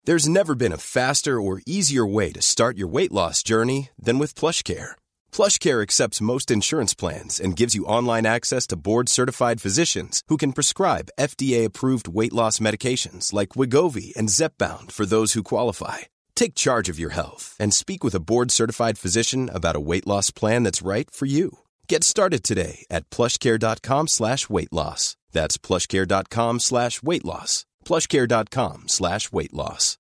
There's never been a faster or easier way to start your weight loss journey than with PlushCare. PlushCare accepts most insurance plans and gives you online access to board-certified physicians who can prescribe FDA-approved weight loss medications like Wegovy and Zepbound for those who qualify. Take charge of your health and speak with a board-certified physician about a weight loss plan that's right for you. Get started today at plushcare.com/weight loss. That's plushcare.com/weight loss. plushcare.com/weight loss.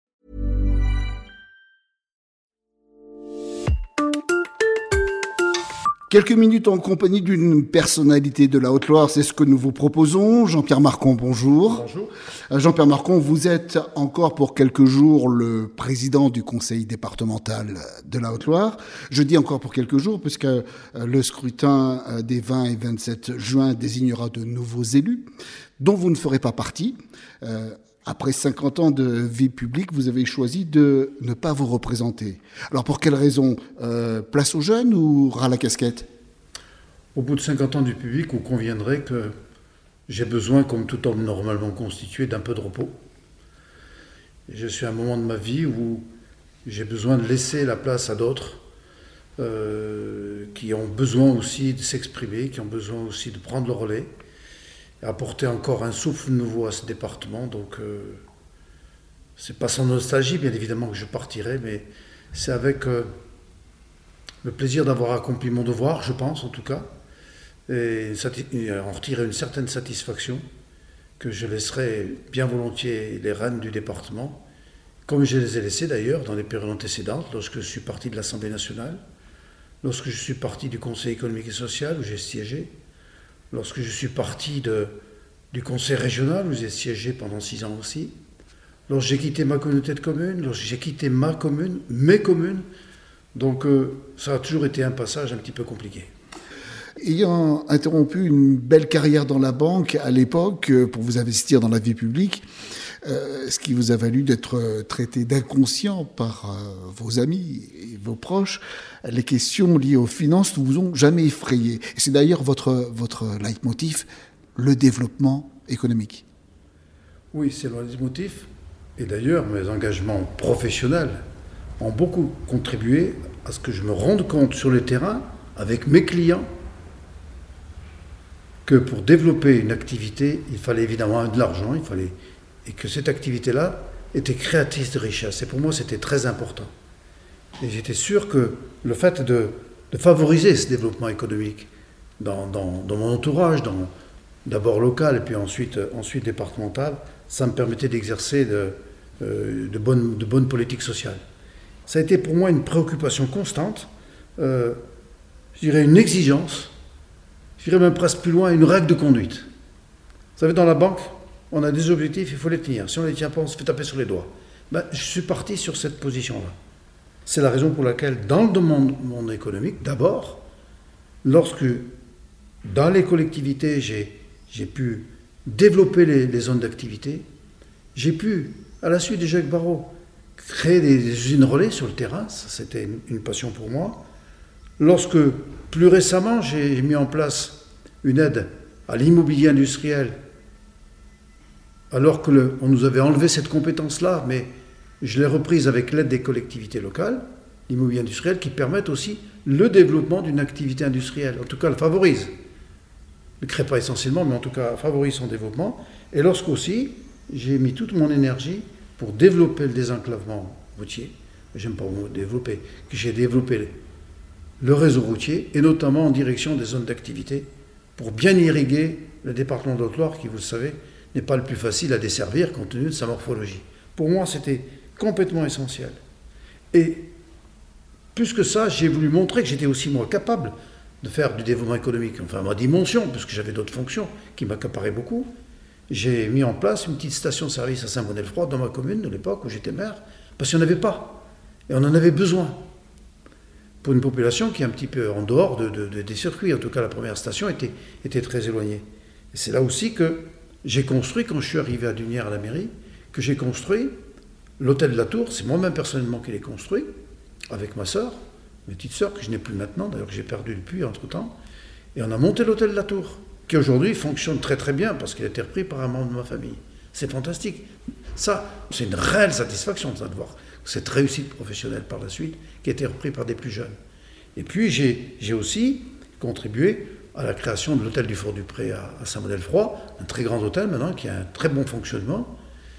Quelques minutes en compagnie d'une personnalité de la Haute-Loire, c'est ce que nous vous proposons. Jean-Pierre Marcon, bonjour. Bonjour. Jean-Pierre Marcon, vous êtes encore pour quelques jours le président du conseil départemental de la Haute-Loire. Je dis encore pour quelques jours puisque le scrutin des 20 et 27 juin désignera de nouveaux élus, dont vous ne ferez pas partie. Après 50 ans de vie publique, vous avez choisi de ne pas vous représenter. Alors pour quelle raison ? Place aux jeunes ou ras la casquette ? Au bout de 50 ans du public, vous conviendrez que j'ai besoin, comme tout homme normalement constitué, d'un peu de repos. Et je suis à un moment de ma vie où j'ai besoin de laisser la place à d'autres qui ont besoin aussi de s'exprimer, qui ont besoin aussi de prendre le relais, et apporter encore un souffle nouveau à ce département. Donc c'est pas sans nostalgie bien évidemment que je partirai, mais c'est avec le plaisir d'avoir accompli mon devoir, je pense en tout cas, et en retirer une certaine satisfaction, que je laisserai bien volontiers les rênes du département, comme je les ai laissés d'ailleurs dans les périodes antécédentes, lorsque je suis parti de l'Assemblée nationale, lorsque je suis parti du Conseil économique et social où j'ai siégé, lorsque je suis parti du conseil régional, où j'ai siégé pendant 6 ans aussi, lorsque j'ai quitté ma communauté de communes, lorsque j'ai quitté ma commune, mes communes, donc ça a toujours été un passage un petit peu compliqué. Ayant interrompu une belle carrière dans la banque à l'époque pour vous investir dans la vie publique, ce qui vous a valu d'être traité d'inconscient par vos amis et vos proches, les questions liées aux finances ne vous ont jamais effrayé. Et c'est d'ailleurs votre leitmotiv, le développement économique. Oui, c'est le leitmotiv. Et d'ailleurs, mes engagements professionnels ont beaucoup contribué à ce que je me rende compte sur le terrain, avec mes clients, que pour développer une activité, il fallait évidemment de l'argent, et que cette activité-là était créatrice de richesse. Et pour moi, c'était très important. Et j'étais sûr que le fait de favoriser ce développement économique dans mon entourage, d'abord local et puis ensuite départemental, ça me permettait d'exercer de bonnes politiques sociales. Ça a été pour moi une préoccupation constante, je dirais une exigence, je dirais même presque plus loin, une règle de conduite. Vous savez, dans la banque, on a des objectifs, il faut les tenir. Si on ne les tient pas, on se fait taper sur les doigts. Je suis parti sur cette position-là. C'est la raison pour laquelle, dans le monde économique, d'abord, lorsque dans les collectivités, j'ai pu développer les zones d'activité, j'ai pu, à la suite de Jacques Barrot, créer des usines relais sur le terrain, ça c'était une passion pour moi. Lorsque, plus récemment, j'ai mis en place une aide à l'immobilier industriel, alors qu'on nous avait enlevé cette compétence-là, mais je l'ai reprise avec l'aide des collectivités locales, l'immobilier industriel, qui permettent aussi le développement d'une activité industrielle. En tout cas, le favorise. Ne le crée pas essentiellement, mais en tout cas, favorise son développement. Et lorsqu'aussi, j'ai mis toute mon énergie pour développer le désenclavement routier, j'aime pas le mot développer, que j'ai développé le réseau routier, et notamment en direction des zones d'activité, pour bien irriguer le département de Haute-Loire, qui, vous le savez, n'est pas le plus facile à desservir compte tenu de sa morphologie. Pour moi, c'était complètement essentiel. Et plus que ça, j'ai voulu montrer que j'étais aussi, moi, capable de faire du développement économique, enfin, ma dimension, puisque j'avais d'autres fonctions qui m'accaparaient beaucoup. J'ai mis en place une petite station-service à Saint-Bonnet-le-Froid dans ma commune, de l'époque où j'étais maire, parce qu'il n'y en avait pas. Et on en avait besoin. Pour une population qui est un petit peu en dehors des circuits. En tout cas, la première station était très éloignée. Et c'est là aussi que j'ai construit, quand je suis arrivé à Dunières à la mairie, que j'ai construit l'hôtel de la Tour. C'est moi-même personnellement qui l'ai construit, avec ma sœur, ma petite sœur, que je n'ai plus maintenant, d'ailleurs que j'ai perdu depuis entre-temps. Et on a monté l'hôtel de la Tour, qui aujourd'hui fonctionne très très bien, parce qu'il a été repris par un membre de ma famille. C'est fantastique. Ça, c'est une réelle satisfaction de voir cette réussite professionnelle par la suite qui a été reprise par des plus jeunes. Et puis j'ai aussi contribué à la création de l'hôtel du Fort-du-Pré à Saint-Modèle-Froid, un très grand hôtel maintenant qui a un très bon fonctionnement.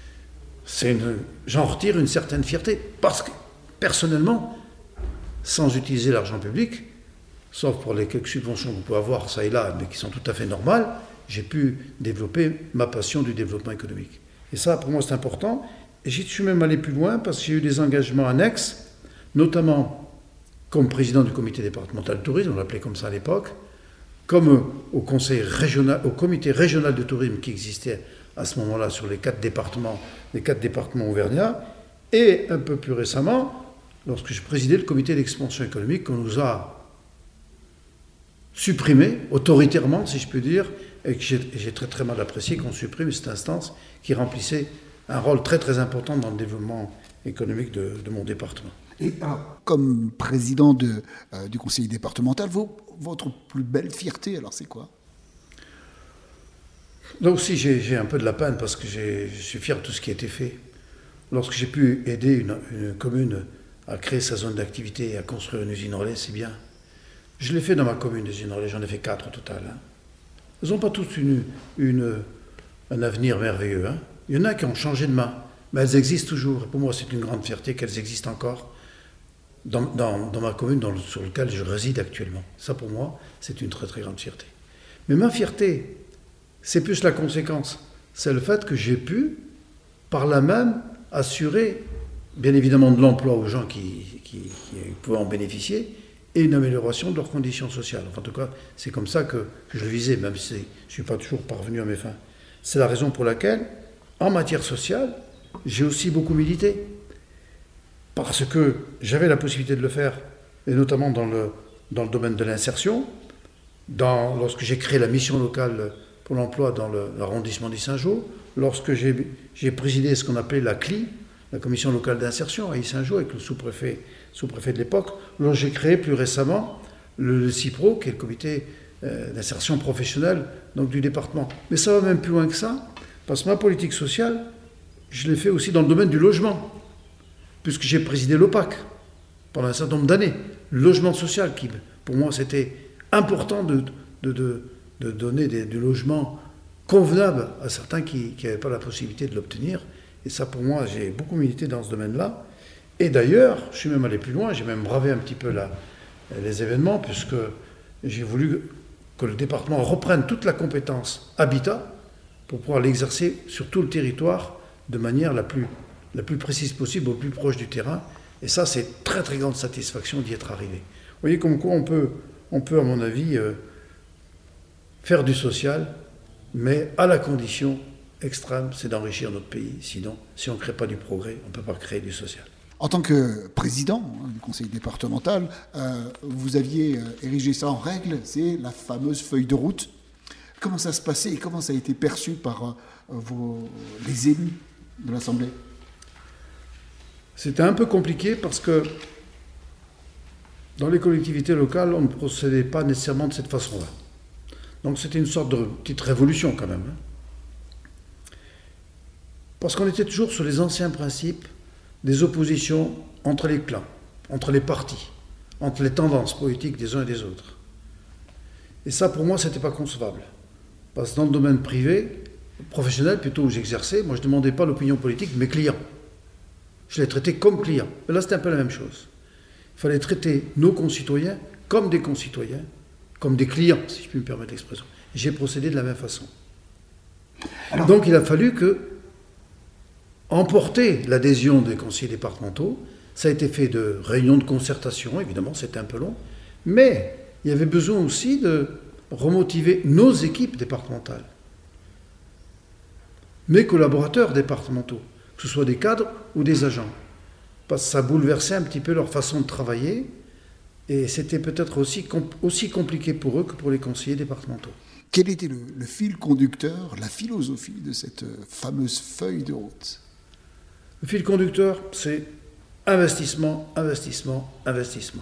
J'en retire une certaine fierté parce que personnellement, sans utiliser l'argent public, sauf pour les quelques subventions qu'on peut avoir ça et là, mais qui sont tout à fait normales, j'ai pu développer ma passion du développement économique. Et ça, pour moi, c'est important. Et j'y suis même allé plus loin parce que j'ai eu des engagements annexes, notamment comme président du comité départemental de tourisme, on l'appelait comme ça à l'époque, comme au comité régional de tourisme qui existait à ce moment-là sur les 4 départements auvergnats, et un peu plus récemment, lorsque je présidais le comité d'expansion économique qu'on nous a supprimé, autoritairement si je peux dire, et que j'ai très très mal apprécié qu'on supprime cette instance qui remplissait un rôle très très important dans le développement économique de mon département. Et alors, comme président du conseil départemental, votre plus belle fierté, alors c'est quoi ? Là aussi, j'ai un peu de la peine parce que je suis fier de tout ce qui a été fait. Lorsque j'ai pu aider une commune à créer sa zone d'activité et à construire une usine relais, c'est bien. Je l'ai fait dans ma commune, des usines relais, j'en ai fait 4 au total. Elles n'ont pas toutes un avenir merveilleux. Il y en a qui ont changé de main, mais elles existent toujours. Et pour moi, c'est une grande fierté qu'elles existent encore dans ma commune sur laquelle je réside actuellement. Ça, pour moi, c'est une très très grande fierté. Mais ma fierté, c'est plus la conséquence. C'est le fait que j'ai pu, par là même, assurer, bien évidemment, de l'emploi aux gens qui pouvaient en bénéficier et une amélioration de leurs conditions sociales. Enfin, en tout cas, c'est comme ça que je le visais, même si je ne suis pas toujours parvenu à mes fins. C'est la raison pour laquelle, en matière sociale, j'ai aussi beaucoup milité. Parce que j'avais la possibilité de le faire, et notamment dans le domaine de l'insertion, lorsque j'ai créé la mission locale pour l'emploi dans l'arrondissement d'Issingeaux, lorsque j'ai présidé ce qu'on appelait la CLI, la commission locale d'insertion à Issingeaux, avec le sous-préfet de l'époque, lorsque j'ai créé plus récemment le CIPRO, qui est le comité d'insertion professionnelle donc du département. Mais ça va même plus loin que ça, parce que ma politique sociale, je l'ai fait aussi dans le domaine du logement, puisque j'ai présidé l'OPAC pendant un certain nombre d'années. Le logement social, qui pour moi c'était important de donner du logement convenable à certains qui n'avaient pas la possibilité de l'obtenir. Et ça, pour moi, j'ai beaucoup milité dans ce domaine-là. Et d'ailleurs, je suis même allé plus loin, j'ai même bravé un petit peu les événements, puisque j'ai voulu que le département reprenne toute la compétence habitat pour pouvoir l'exercer sur tout le territoire de manière la plus précise possible, au plus proche du terrain. Et ça, c'est très très grande satisfaction d'y être arrivé. Vous voyez comme quoi on peut à mon avis, faire du social, mais à la condition extrême, c'est d'enrichir notre pays. Sinon, si on ne crée pas du progrès, on ne peut pas créer du social. En tant que président du conseil départemental, vous aviez érigé ça en règle, c'est la fameuse feuille de route. Comment ça se passait et comment ça a été perçu par les élus de l'Assemblée ? C'était un peu compliqué parce que dans les collectivités locales, on ne procédait pas nécessairement de cette façon-là. Donc c'était une sorte de petite révolution quand même. Parce qu'on était toujours sur les anciens principes des oppositions entre les clans, entre les partis, entre les tendances politiques des uns et des autres. Et ça, pour moi, ce n'était pas concevable. Parce que dans le domaine privé, professionnel plutôt où j'exerçais, moi je ne demandais pas l'opinion politique de mes clients. Je les traitais comme clients. Et là, c'était un peu la même chose. Il fallait traiter nos concitoyens comme des concitoyens, comme des clients, si je puis me permettre l'expression. Et j'ai procédé de la même façon. Donc il a fallu emporter l'adhésion des conseillers départementaux. Ça a été fait de réunions de concertation, évidemment, c'était un peu long. Mais il y avait besoin aussi de remotiver nos équipes départementales, mes collaborateurs départementaux, que ce soit des cadres ou des agents. Parce que ça bouleversait un petit peu leur façon de travailler et c'était peut-être aussi compliqué pour eux que pour les conseillers départementaux. Quel était le fil conducteur, la philosophie de cette fameuse feuille de route ? Le fil conducteur, c'est investissement, investissement, investissement.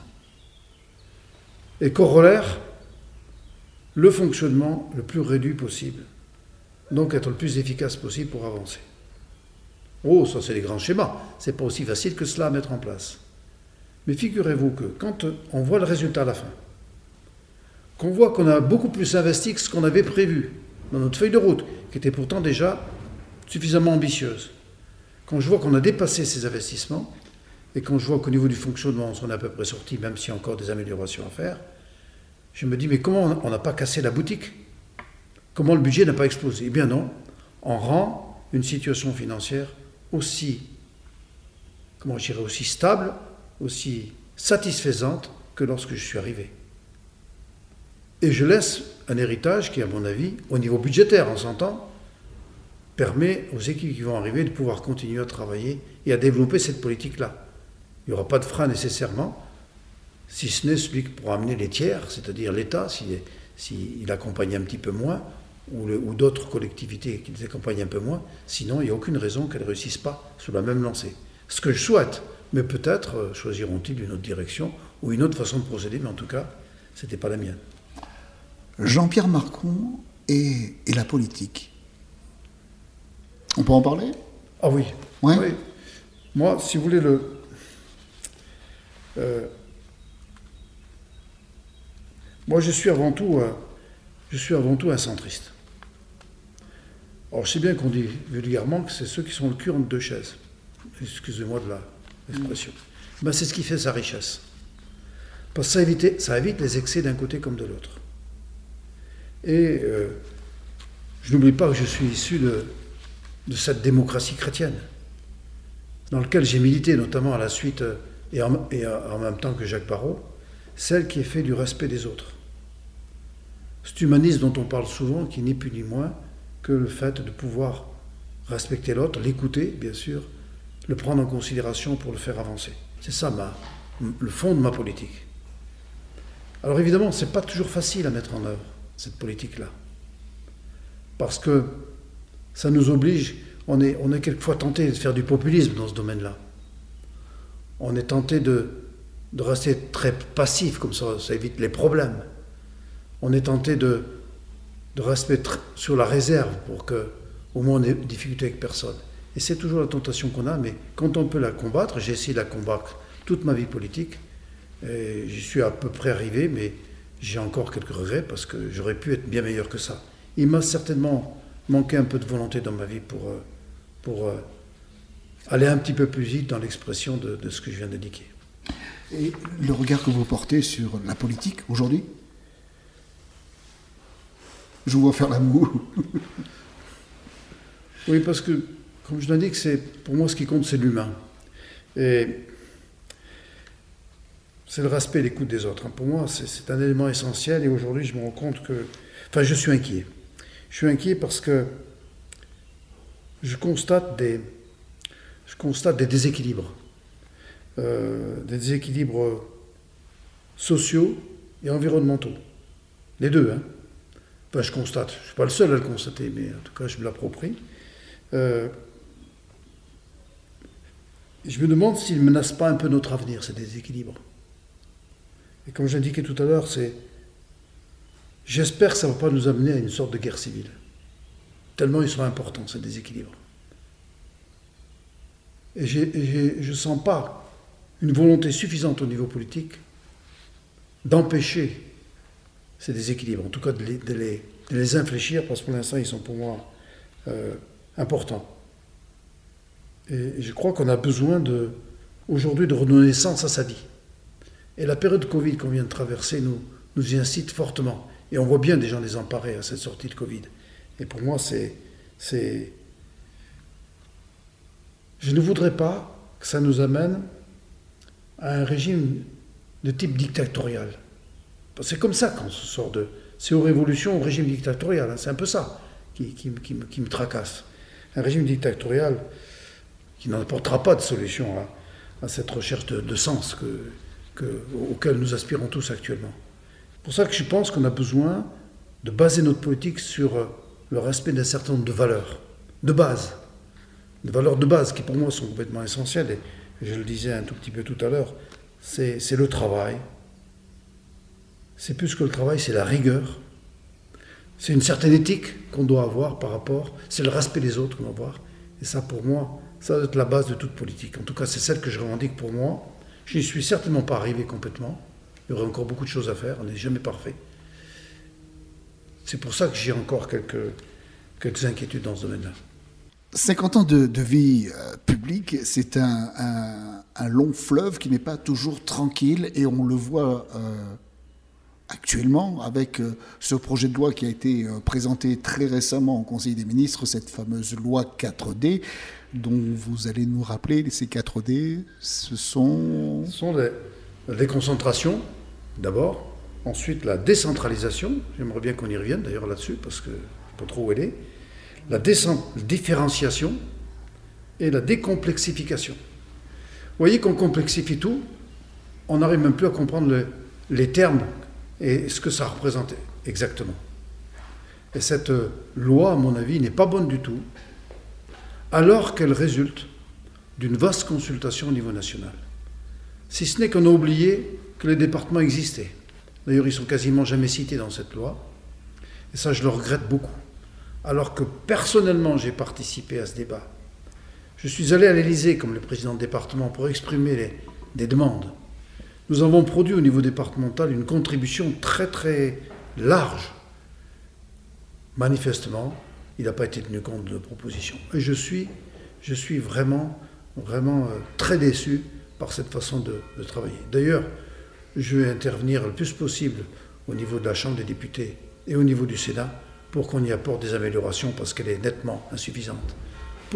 Et corollaire, le fonctionnement le plus réduit possible donc être le plus efficace possible pour avancer. Oh, ça c'est les grands schémas, c'est pas aussi facile que cela à mettre en place. Mais figurez-vous que quand on voit le résultat à la fin, qu'on voit qu'on a beaucoup plus investi que ce qu'on avait prévu dans notre feuille de route, qui était pourtant déjà suffisamment ambitieuse, quand je vois qu'on a dépassé ces investissements, et quand je vois qu'au niveau du fonctionnement, on s'en est à peu près sorti, même s'il y a encore des améliorations à faire, je me dis, mais comment on n'a pas cassé la boutique? Comment le budget n'a pas explosé? Eh bien non, on rend une situation financière aussi stable, aussi satisfaisante que lorsque je suis arrivé. Et je laisse un héritage qui, à mon avis, au niveau budgétaire, on s'entend, permet aux équipes qui vont arriver de pouvoir continuer à travailler et à développer cette politique-là. Il n'y aura pas de frein nécessairement, si ce n'est celui pour amener les tiers, c'est-à-dire l'État, s'il accompagne un petit peu moins, ou d'autres collectivités qui les accompagnent un peu moins, sinon il n'y a aucune raison qu'elles ne réussissent pas sous la même lancée. Ce que je souhaite, mais peut-être choisiront-ils une autre direction ou une autre façon de procéder, mais en tout cas, ce n'était pas la mienne. Jean-Pierre Marcon et la politique. On peut en parler? Ah oui. Ouais. Oui. Moi, si vous voulez, moi je suis avant tout un centriste. Alors je sais bien qu'on dit vulgairement que c'est ceux qui sont le cul entre deux chaises. Excusez-moi de l'expression. Ben, c'est ce qui fait sa richesse. Parce que ça évite les excès d'un côté comme de l'autre. Et je n'oublie pas que je suis issu de cette démocratie chrétienne, dans laquelle j'ai milité, notamment à la suite, et en même temps que Jacques Barrot, celle qui est faite du respect des autres. Cet humanisme dont on parle souvent, qui n'est plus ni moins que le fait de pouvoir respecter l'autre, l'écouter, bien sûr, le prendre en considération pour le faire avancer. C'est ça le fond de ma politique. Alors évidemment, ce n'est pas toujours facile à mettre en œuvre, cette politique-là. Parce que ça nous oblige, on est quelquefois tenté de faire du populisme dans ce domaine-là. On est tenté de rester très passif, comme ça évite les problèmes. On est tenté de rester sur la réserve pour qu'au moins on ait de difficultés avec personne. Et c'est toujours la tentation qu'on a, mais quand on peut la combattre, j'ai essayé de la combattre toute ma vie politique, et j'y suis à peu près arrivé, mais j'ai encore quelques regrets parce que j'aurais pu être bien meilleur que ça. Il m'a certainement manqué un peu de volonté dans ma vie pour aller un petit peu plus vite dans l'expression de ce que je viens d'indiquer. Et le regard que vous portez sur la politique aujourd'hui? Je vous vois faire la moue. Oui, parce que, comme je l'indique, pour moi, ce qui compte, c'est l'humain. Et c'est le respect et l'écoute des autres. Pour moi, c'est un élément essentiel. Et aujourd'hui, je me rends compte que... Enfin, je suis inquiet. Je suis inquiet parce que je constate des déséquilibres. Des déséquilibres sociaux et environnementaux. Les deux, hein. Enfin, je constate. Je ne suis pas le seul à le constater, mais en tout cas, je me l'approprie. Je me demande s'ils ne menacent pas un peu notre avenir, ces déséquilibres. Et comme j'indiquais tout à l'heure, j'espère que ça ne va pas nous amener à une sorte de guerre civile. Tellement ils sont importants, ces déséquilibres. Et je ne sens pas une volonté suffisante au niveau politique d'empêcher ces déséquilibres, en tout cas de les infléchir, parce que pour l'instant, ils sont pour moi importants. Et je crois qu'on a besoin aujourd'hui de redonner sens à sa vie. Et la période Covid qu'on vient de traverser nous y incite fortement. Et on voit bien des gens désemparés à cette sortie de Covid. Et pour moi, je ne voudrais pas que ça nous amène à un régime de type dictatorial. C'est comme ça qu'on se sort c'est aux révolutions, au régime dictatorial. Hein, c'est un peu ça qui me tracasse. Un régime dictatorial qui n'apportera pas de solution à cette recherche de sens auquel nous aspirons tous actuellement. C'est pour ça que je pense qu'on a besoin de baser notre politique sur le respect d'un certain nombre de valeurs, de base. Des valeurs de base qui pour moi sont complètement essentielles. Et je le disais un tout petit peu tout à l'heure, c'est le travail. C'est plus que le travail, c'est la rigueur. C'est une certaine éthique qu'on doit avoir par rapport, c'est le respect des autres qu'on doit avoir. Et ça, pour moi, ça doit être la base de toute politique. En tout cas, c'est celle que je revendique pour moi. Je n'y suis certainement pas arrivé complètement. Il y aurait encore beaucoup de choses à faire, on n'est jamais parfait. C'est pour ça que j'ai encore quelques inquiétudes dans ce domaine-là. 50 ans de vie publique, c'est un long fleuve qui n'est pas toujours tranquille, et on le voit actuellement avec ce projet de loi qui a été présenté très récemment au Conseil des ministres, cette fameuse loi 4D, dont vous allez nous rappeler. Ces 4D, ce sont la déconcentration, d'abord, ensuite la décentralisation, j'aimerais bien qu'on y revienne d'ailleurs là-dessus, parce que je ne sais pas trop où elle est, la différenciation et la décomplexification. Vous voyez qu'on complexifie tout, on n'arrive même plus à comprendre les termes et ce que ça représentait exactement. Et cette loi, à mon avis, n'est pas bonne du tout, alors qu'elle résulte d'une vaste consultation au niveau national. Si ce n'est qu'on a oublié que les départements existaient. D'ailleurs, ils ne sont quasiment jamais cités dans cette loi, et ça, je le regrette beaucoup. Alors que personnellement, j'ai participé à ce débat. Je suis allé à l'Élysée comme le président de département pour exprimer des demandes. Nous avons produit au niveau départemental une contribution très très large. Manifestement, il n'a pas été tenu compte de nos propositions. Et je suis vraiment très déçu par cette façon de travailler. D'ailleurs, je vais intervenir le plus possible au niveau de la Chambre des députés et au niveau du Sénat pour qu'on y apporte des améliorations, parce qu'elle est nettement insuffisante. Pourquoi ?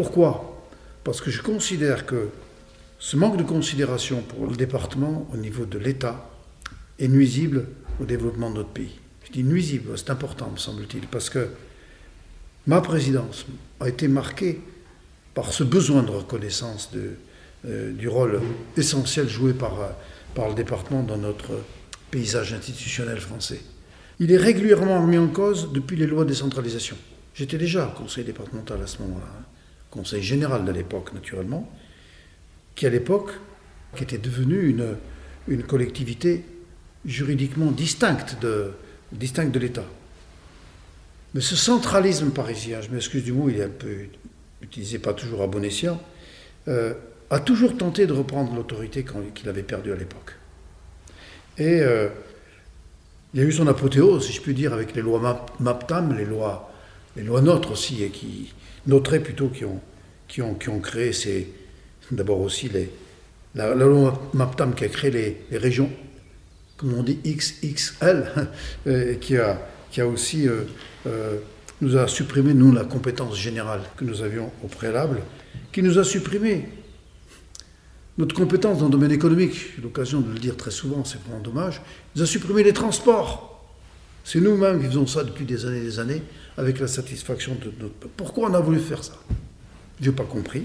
Parce que je considère que ce manque de considération pour le département au niveau de l'État est nuisible au développement de notre pays. Je dis nuisible, c'est important, me semble-t-il, parce que ma présidence a été marquée par ce besoin de reconnaissance du rôle essentiel joué par le département dans notre paysage institutionnel français. Il est régulièrement remis en cause depuis les lois de décentralisation. J'étais déjà au conseil départemental à ce moment-là, conseil général de l'époque naturellement, qui à l'époque était devenu une collectivité juridiquement distincte de l'État. Mais ce centralisme parisien, je m'excuse du mot, il est un peu utilisé pas toujours à bon escient, a toujours tenté de reprendre l'autorité qu'il avait perdue à l'époque. Et il y a eu son apothéose, si je puis dire, avec les lois MAPTAM, les lois NOTRe aussi, et NOTRe plutôt, qui ont créé d'abord aussi la loi MAPTAM qui a créé les régions, comme on dit, XXL, qui a aussi nous a supprimé, nous, la compétence générale que nous avions au préalable, qui nous a supprimé notre compétence dans le domaine économique. J'ai l'occasion de le dire très souvent, c'est vraiment dommage. Nous a supprimé les transports. C'est nous-mêmes qui faisons ça depuis des années, avec la satisfaction de notre peuple. Pourquoi on a voulu faire ça ? Je n'ai pas compris.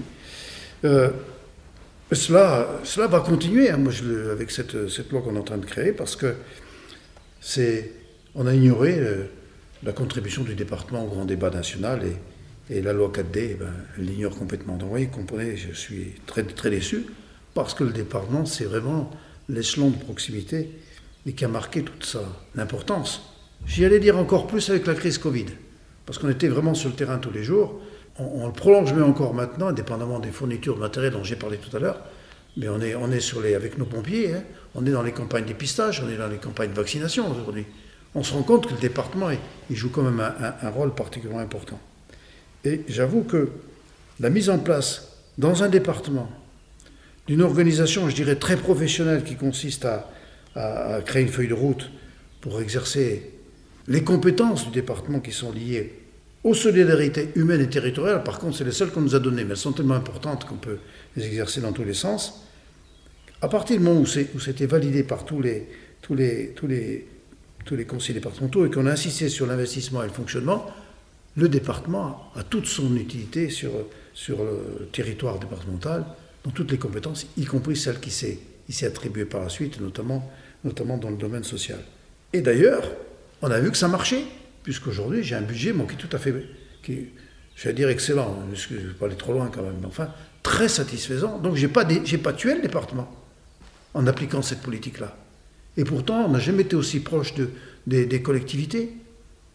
Cela va continuer, hein, avec cette loi qu'on est en train de créer, parce que on a ignoré la contribution du département au grand débat national, et la loi 4D, elle l'ignore complètement. Donc vous voyez, comprenez, je suis très, très déçu, parce que le département, c'est vraiment l'échelon de proximité et qui a marqué toute son importance. J'y allais dire encore plus avec la crise Covid, parce qu'on était vraiment sur le terrain tous les jours. On le prolonge même encore maintenant, indépendamment des fournitures de matériel dont j'ai parlé tout à l'heure, mais on est avec nos pompiers, hein, on est dans les campagnes de dépistage, on est dans les campagnes de vaccination aujourd'hui. On se rend compte que le département, il joue quand même un rôle particulièrement important. Et j'avoue que la mise en place, dans un département, d'une organisation, je dirais, très professionnelle, qui consiste à créer une feuille de route pour exercer les compétences du département qui sont liées aux solidarités humaines et territoriales. Par contre, c'est les seules qu'on nous a données, mais elles sont tellement importantes qu'on peut les exercer dans tous les sens. À partir du moment où c'était validé par tous les conseils départementaux et qu'on a insisté sur l'investissement et le fonctionnement, le département a toute son utilité sur le territoire départemental, dans toutes les compétences, y compris celles qui s'est attribuées par la suite, notamment dans le domaine social. Et d'ailleurs, on a vu que ça marchait, puisqu'aujourd'hui, j'ai un budget, qui est tout à fait, je vais dire excellent, je ne vais pas aller trop loin quand même, mais enfin, très satisfaisant. Donc, j'ai pas tué le département en appliquant cette politique-là. Et pourtant, on n'a jamais été aussi proche des collectivités.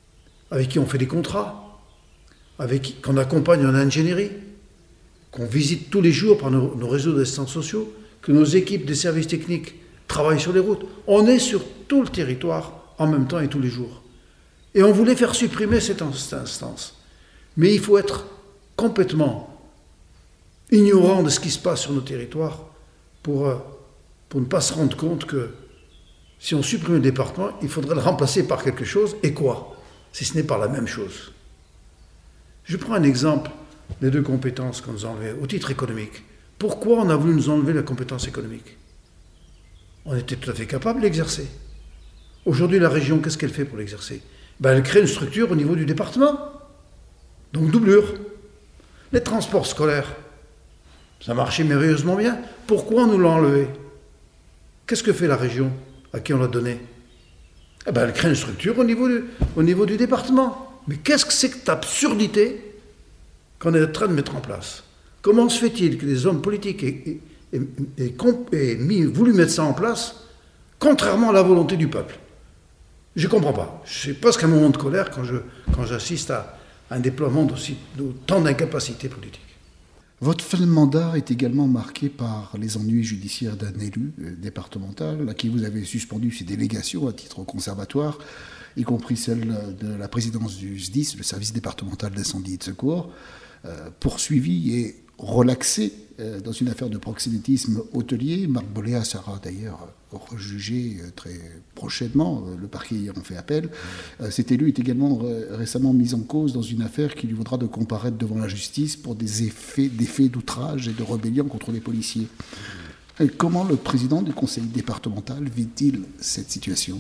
avec qui on fait des contrats, qu'on accompagne en ingénierie, qu'on visite tous les jours par nos réseaux d'assistants sociaux, que nos équipes des services techniques travaillent sur les routes. On est sur tout le territoire en même temps et tous les jours. Et on voulait faire supprimer cette instance. Mais il faut être complètement ignorant de ce qui se passe sur nos territoires pour ne pas se rendre compte que si on supprime le département, il faudrait le remplacer par quelque chose. Et quoi? Si ce n'est pas la même chose. Je prends un exemple des 2 compétences qu'on nous a enlevées au titre économique. Pourquoi on a voulu nous enlever la compétence économique? On était tout à fait capable de l'exercer. Aujourd'hui, la région, qu'est-ce qu'elle fait pour l'exercer? Elle crée une structure au niveau du département. Donc doublure. Les transports scolaires, ça marchait merveilleusement bien. Pourquoi on nous l'a enlevé? Qu'est-ce que fait la région à qui on l'a donné? Elle crée une structure au niveau du département. Mais qu'est-ce que c'est que cette absurdité qu'on est en train de mettre en place? Comment se fait-il que les hommes politiques aient voulu mettre ça en place, contrairement à la volonté du peuple? Je ne comprends pas. C'est presque un moment de colère quand j'assiste à un déploiement d'autant d'incapacité politique. Votre fin de mandat est également marqué par les ennuis judiciaires d'un élu départemental à qui vous avez suspendu ses délégations à titre conservatoire, y compris celle de la présidence du SDIS, le service départemental d'incendie et de secours, poursuivi et relaxé dans une affaire de proxénétisme hôtelier. Marc Boléa sera d'ailleurs rejugé très prochainement, le parquet y en fait appel. Cet élu est également récemment mis en cause dans une affaire qui lui vaudra de comparaître devant la justice pour des faits d'outrage et de rébellion contre les policiers. Comment le président du conseil départemental vit-il cette situation?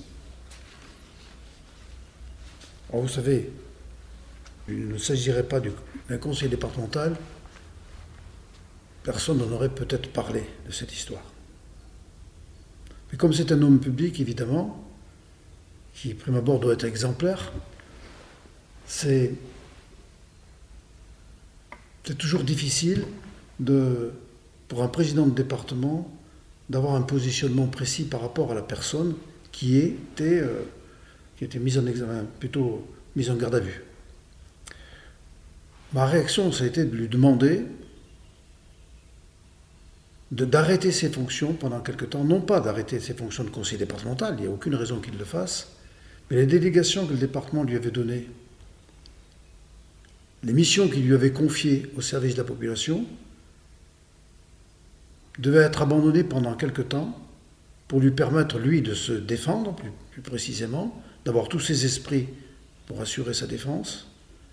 Alors, vous savez, il ne s'agirait pas d'un conseil départemental, personne n'en aurait peut-être parlé de cette histoire. Mais comme c'est un homme public, évidemment, qui, prime abord, doit être exemplaire, c'est toujours difficile pour un président de département d'avoir un positionnement précis par rapport à la personne qui était mise en examen, plutôt mise en garde à vue. Ma réaction, ça a été de lui demander d'arrêter ses fonctions pendant quelque temps, non pas d'arrêter ses fonctions de conseiller départemental, il n'y a aucune raison qu'il le fasse, mais les délégations que le département lui avait données, les missions qu'il lui avait confiées au service de la population, devaient être abandonnées pendant quelque temps pour lui permettre, lui, de se défendre, plus précisément, d'avoir tous ses esprits pour assurer sa défense,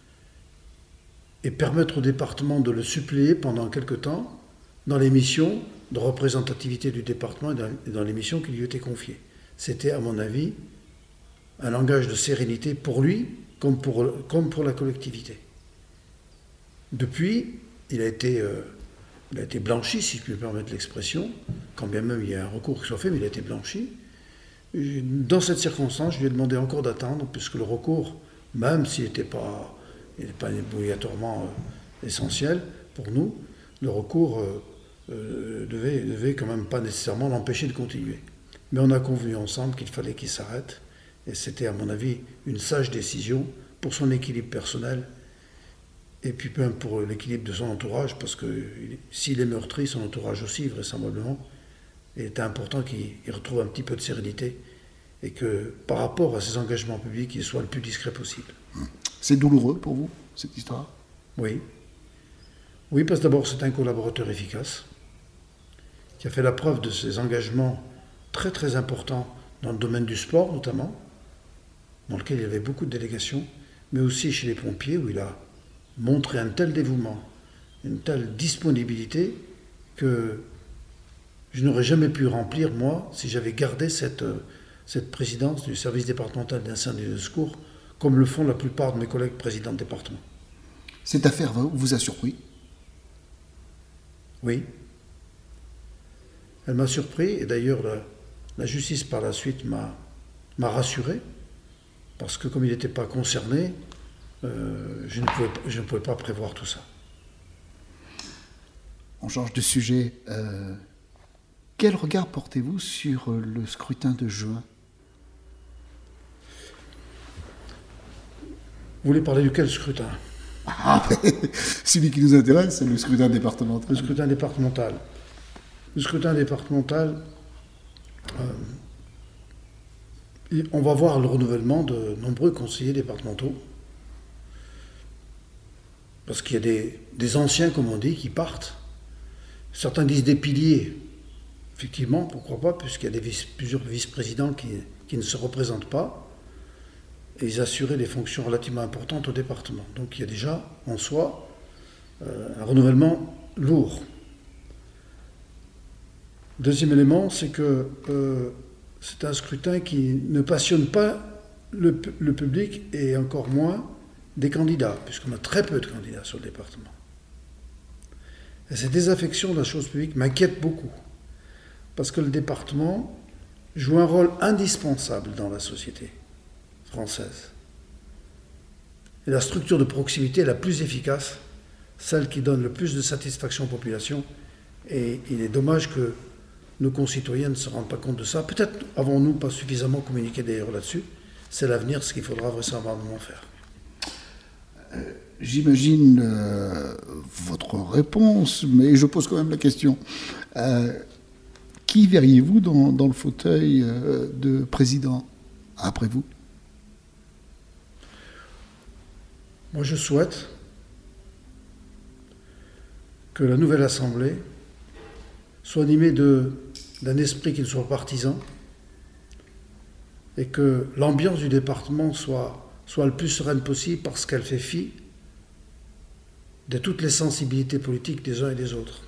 et permettre au département de le suppléer pendant quelque temps dans les missions de représentativité du département et dans les missions qui lui étaient confiées. C'était, à mon avis, un langage de sérénité pour lui comme pour la collectivité. Depuis, il a été blanchi, si je puis me permettre l'expression, quand bien même il y a un recours qui soit fait, mais il a été blanchi. Dans cette circonstance, je lui ai demandé encore d'attendre, puisque le recours, même s'il n'était pas obligatoirement essentiel pour nous, le recours devait quand même pas nécessairement l'empêcher de continuer. Mais on a convenu ensemble qu'il fallait qu'il s'arrête, et c'était à mon avis une sage décision pour son équilibre personnel, et puis même pour l'équilibre de son entourage, parce que s'il est meurtri, son entourage aussi, vraisemblablement, il était important qu'il retrouve un petit peu de sérénité, et que par rapport à ses engagements publics, il soit le plus discret possible. C'est douloureux pour vous, cette histoire? Oui. Oui, parce que d'abord, c'est un collaborateur efficace, qui a fait la preuve de ses engagements très très importants dans le domaine du sport notamment, dans lequel il y avait beaucoup de délégations, mais aussi chez les pompiers, où il a montré un tel dévouement, une telle disponibilité, que je n'aurais jamais pu remplir, moi, si j'avais gardé cette présidence du service départemental d'incendie et de secours, comme le font la plupart de mes collègues présidents de département. Cette affaire vous a surpris? Oui. Elle m'a surpris, et d'ailleurs la justice par la suite m'a rassuré, parce que comme il n'était pas concerné, je ne pouvais pas prévoir tout ça. On change de sujet. Quel regard portez-vous sur le scrutin de juin? voulez parler duquel scrutin? Celui qui nous intéresse, c'est le scrutin départemental. Le scrutin départemental. Le scrutin départemental, on va voir le renouvellement de nombreux conseillers départementaux. Parce qu'il y a des anciens, comme on dit, qui partent. Certains disent des piliers. Effectivement, pourquoi pas, puisqu'il y a plusieurs vice-présidents qui ne se représentent pas. Et ils assuraient des fonctions relativement importantes au département. Donc il y a déjà, en soi, un renouvellement lourd. Deuxième élément, c'est que c'est un scrutin qui ne passionne pas le public et encore moins des candidats, puisqu'on a très peu de candidats sur le département. Et cette désaffection de la chose publique m'inquiète beaucoup, parce que le département joue un rôle indispensable dans la société française. Et la structure de proximité est la plus efficace, celle qui donne le plus de satisfaction aux populations, et il est dommage que nos concitoyens ne se rendent pas compte de ça. Peut-être avons-nous pas suffisamment communiqué d'ailleurs là-dessus. C'est l'avenir, ce qu'il faudra vraisemblablement faire. J'imagine votre réponse, mais je pose quand même la question. Qui verriez-vous dans le fauteuil de président après vous? Moi, je souhaite que la nouvelle Assemblée soit animée d'un esprit qui ne soit pas partisan et que l'ambiance du département soit le plus sereine possible parce qu'elle fait fi de toutes les sensibilités politiques des uns et des autres.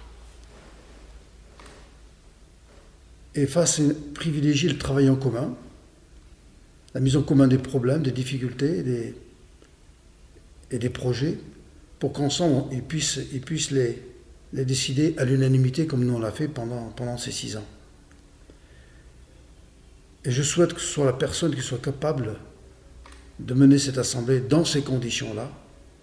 Et privilégier le travail en commun, la mise en commun des problèmes, des difficultés et des projets, pour qu'ensemble, ils puissent les décider à l'unanimité comme nous on l'a fait pendant ces 6 ans. Et je souhaite que ce soit la personne qui soit capable de mener cette assemblée dans ces conditions-là,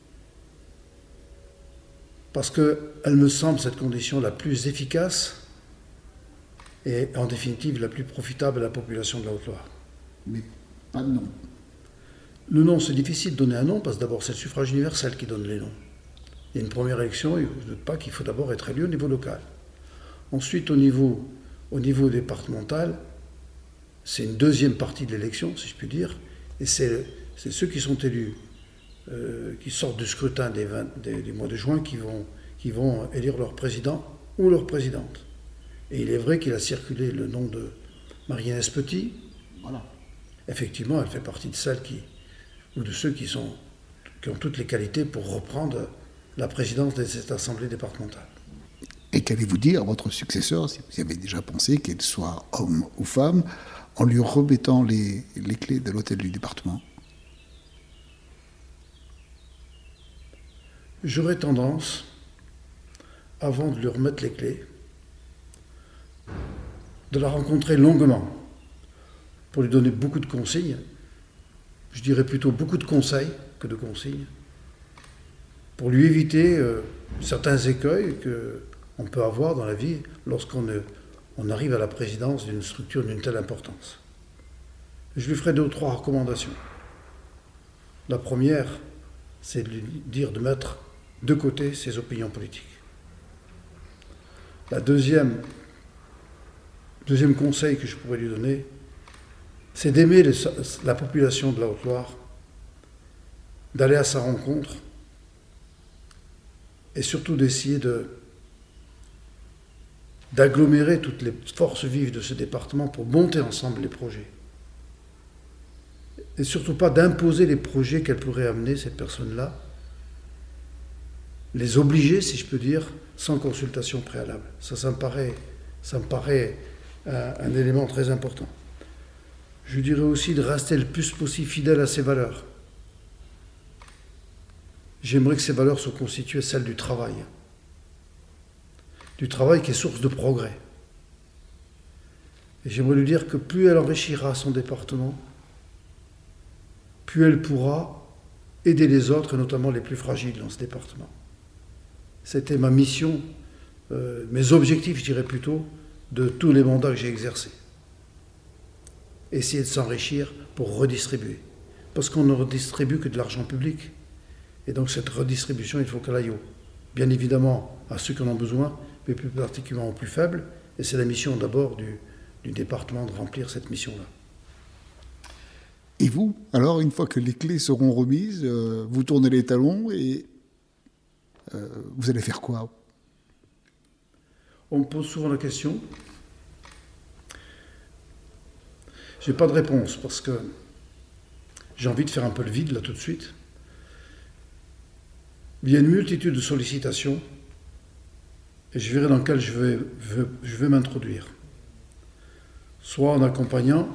parce qu'elle me semble cette condition la plus efficace et en définitive la plus profitable à la population de la Haute-Loire. Mais pas de nom. Le nom, c'est difficile de donner un nom, parce que d'abord c'est le suffrage universel qui donne les noms. Il y a une première élection, et je ne doute pas qu'il faut d'abord être élu au niveau local. Ensuite, au niveau départemental, c'est une deuxième partie de l'élection, si je puis dire, et c'est ceux qui sont élus, qui sortent du scrutin du mois de juin, qui vont élire leur président ou leur présidente. Et il est vrai qu'il a circulé le nom de Marie-Agnès Petit. Voilà. Effectivement, elle fait partie de celles ou de ceux qui ont toutes les qualités pour reprendre la présidence de cette assemblée départementale. Et qu'allez-vous dire à votre successeur, si vous y avez déjà pensé, qu'elle soit homme ou femme, en lui remettant les clés de l'hôtel du département? J'aurais tendance, avant de lui remettre les clés, de la rencontrer longuement, pour lui donner beaucoup de consignes, je dirais plutôt beaucoup de conseils que de consignes, pour lui éviter certains écueils qu'on peut avoir dans la vie lorsqu'on arrive à la présidence d'une structure d'une telle importance. Je lui ferai 2 ou 3 recommandations. La première, c'est de lui dire de mettre de côté ses opinions politiques. La deuxième conseil que je pourrais lui donner, c'est d'aimer la population de la Haute-Loire, d'aller à sa rencontre et surtout d'essayer d'agglomérer toutes les forces vives de ce département pour monter ensemble les projets. Et surtout pas d'imposer les projets qu'elle pourrait amener, cette personne-là, les obliger, si je peux dire, sans consultation préalable. Ça me paraît un élément très important. Je dirais aussi de rester le plus possible fidèle à ses valeurs. J'aimerais que ces valeurs soient constituées celles du travail qui est source de progrès. Et j'aimerais lui dire que plus elle enrichira son département, plus elle pourra aider les autres, et notamment les plus fragiles dans ce département. C'était ma mission, mes objectifs, je dirais plutôt, de tous les mandats que j'ai exercés. Essayer de s'enrichir pour redistribuer. parce qu'on ne redistribue que de l'argent public. Et donc cette redistribution, il faut qu'elle aille bien évidemment à ceux qui en ont besoin, mais plus particulièrement aux plus faibles. Et c'est la mission d'abord du département de remplir cette mission-là. Et vous, alors, une fois que les clés seront remises, vous tournez les talons et vous allez faire quoi? On me pose souvent la question. Je n'ai pas de réponse parce que j'ai envie de faire un peu le vide là tout de suite. Il y a une multitude de sollicitations et je verrai dans quelles je vais m'introduire. Soit en accompagnant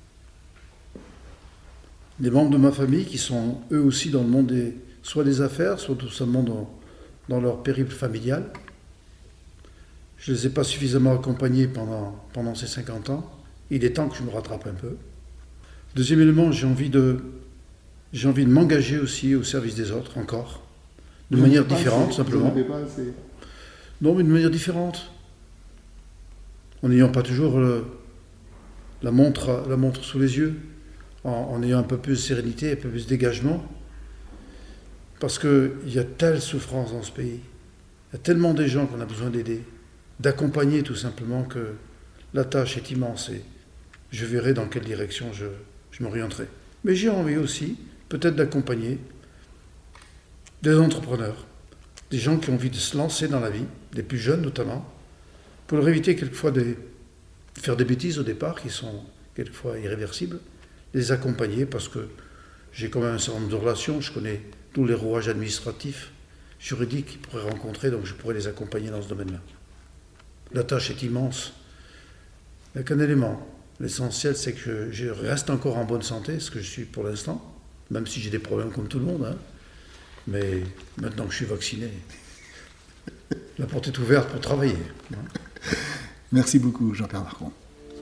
les membres de ma famille qui sont eux aussi dans le monde soit des affaires, soit tout simplement dans leur périple familial. Je ne les ai pas suffisamment accompagnés pendant ces 50 ans. Il est temps que je me rattrape un peu. Deuxième élément, j'ai envie de m'engager aussi au service des autres, encore. De manière différente, simplement. Non, mais de manière différente. En n'ayant pas toujours la montre sous les yeux. En ayant un peu plus de sérénité, un peu plus de dégagement. Parce qu'il y a telle souffrance dans ce pays. Il y a tellement de gens qu'on a besoin d'aider. D'accompagner tout simplement que la tâche est immense et je verrai dans quelle direction je m'orienterai. Mais j'ai envie aussi peut-être d'accompagner des entrepreneurs, des gens qui ont envie de se lancer dans la vie, des plus jeunes notamment, pour leur éviter quelquefois de faire des bêtises au départ qui sont quelquefois irréversibles, les accompagner parce que j'ai quand même un certain nombre de relations, je connais tous les rouages administratifs, juridiques qu'ils pourraient rencontrer, donc je pourrais les accompagner dans ce domaine-là. La tâche est immense. Il n'y a qu'un élément. L'essentiel, c'est que je reste encore en bonne santé, ce que je suis pour l'instant, même si j'ai des problèmes comme tout le monde. Hein. Mais maintenant que je suis vacciné, la porte est ouverte pour travailler. Hein. Merci beaucoup, Jean-Pierre Marcon.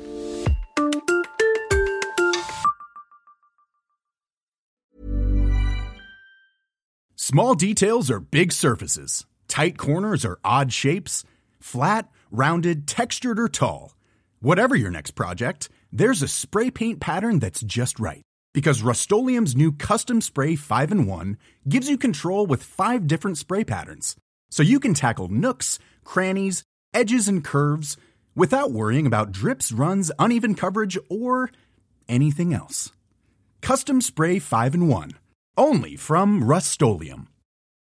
Small details are big surfaces. Tight corners are odd shapes. Flat, rounded, textured, or tall. Whatever your next project, there's a spray paint pattern that's just right. Because Rust-Oleum's new Custom Spray 5-in-1 gives you control with 5 different spray patterns. So you can tackle nooks, crannies, edges, and curves without worrying about drips, runs, uneven coverage, or anything else. Custom Spray 5-in-1. Only from Rust-Oleum.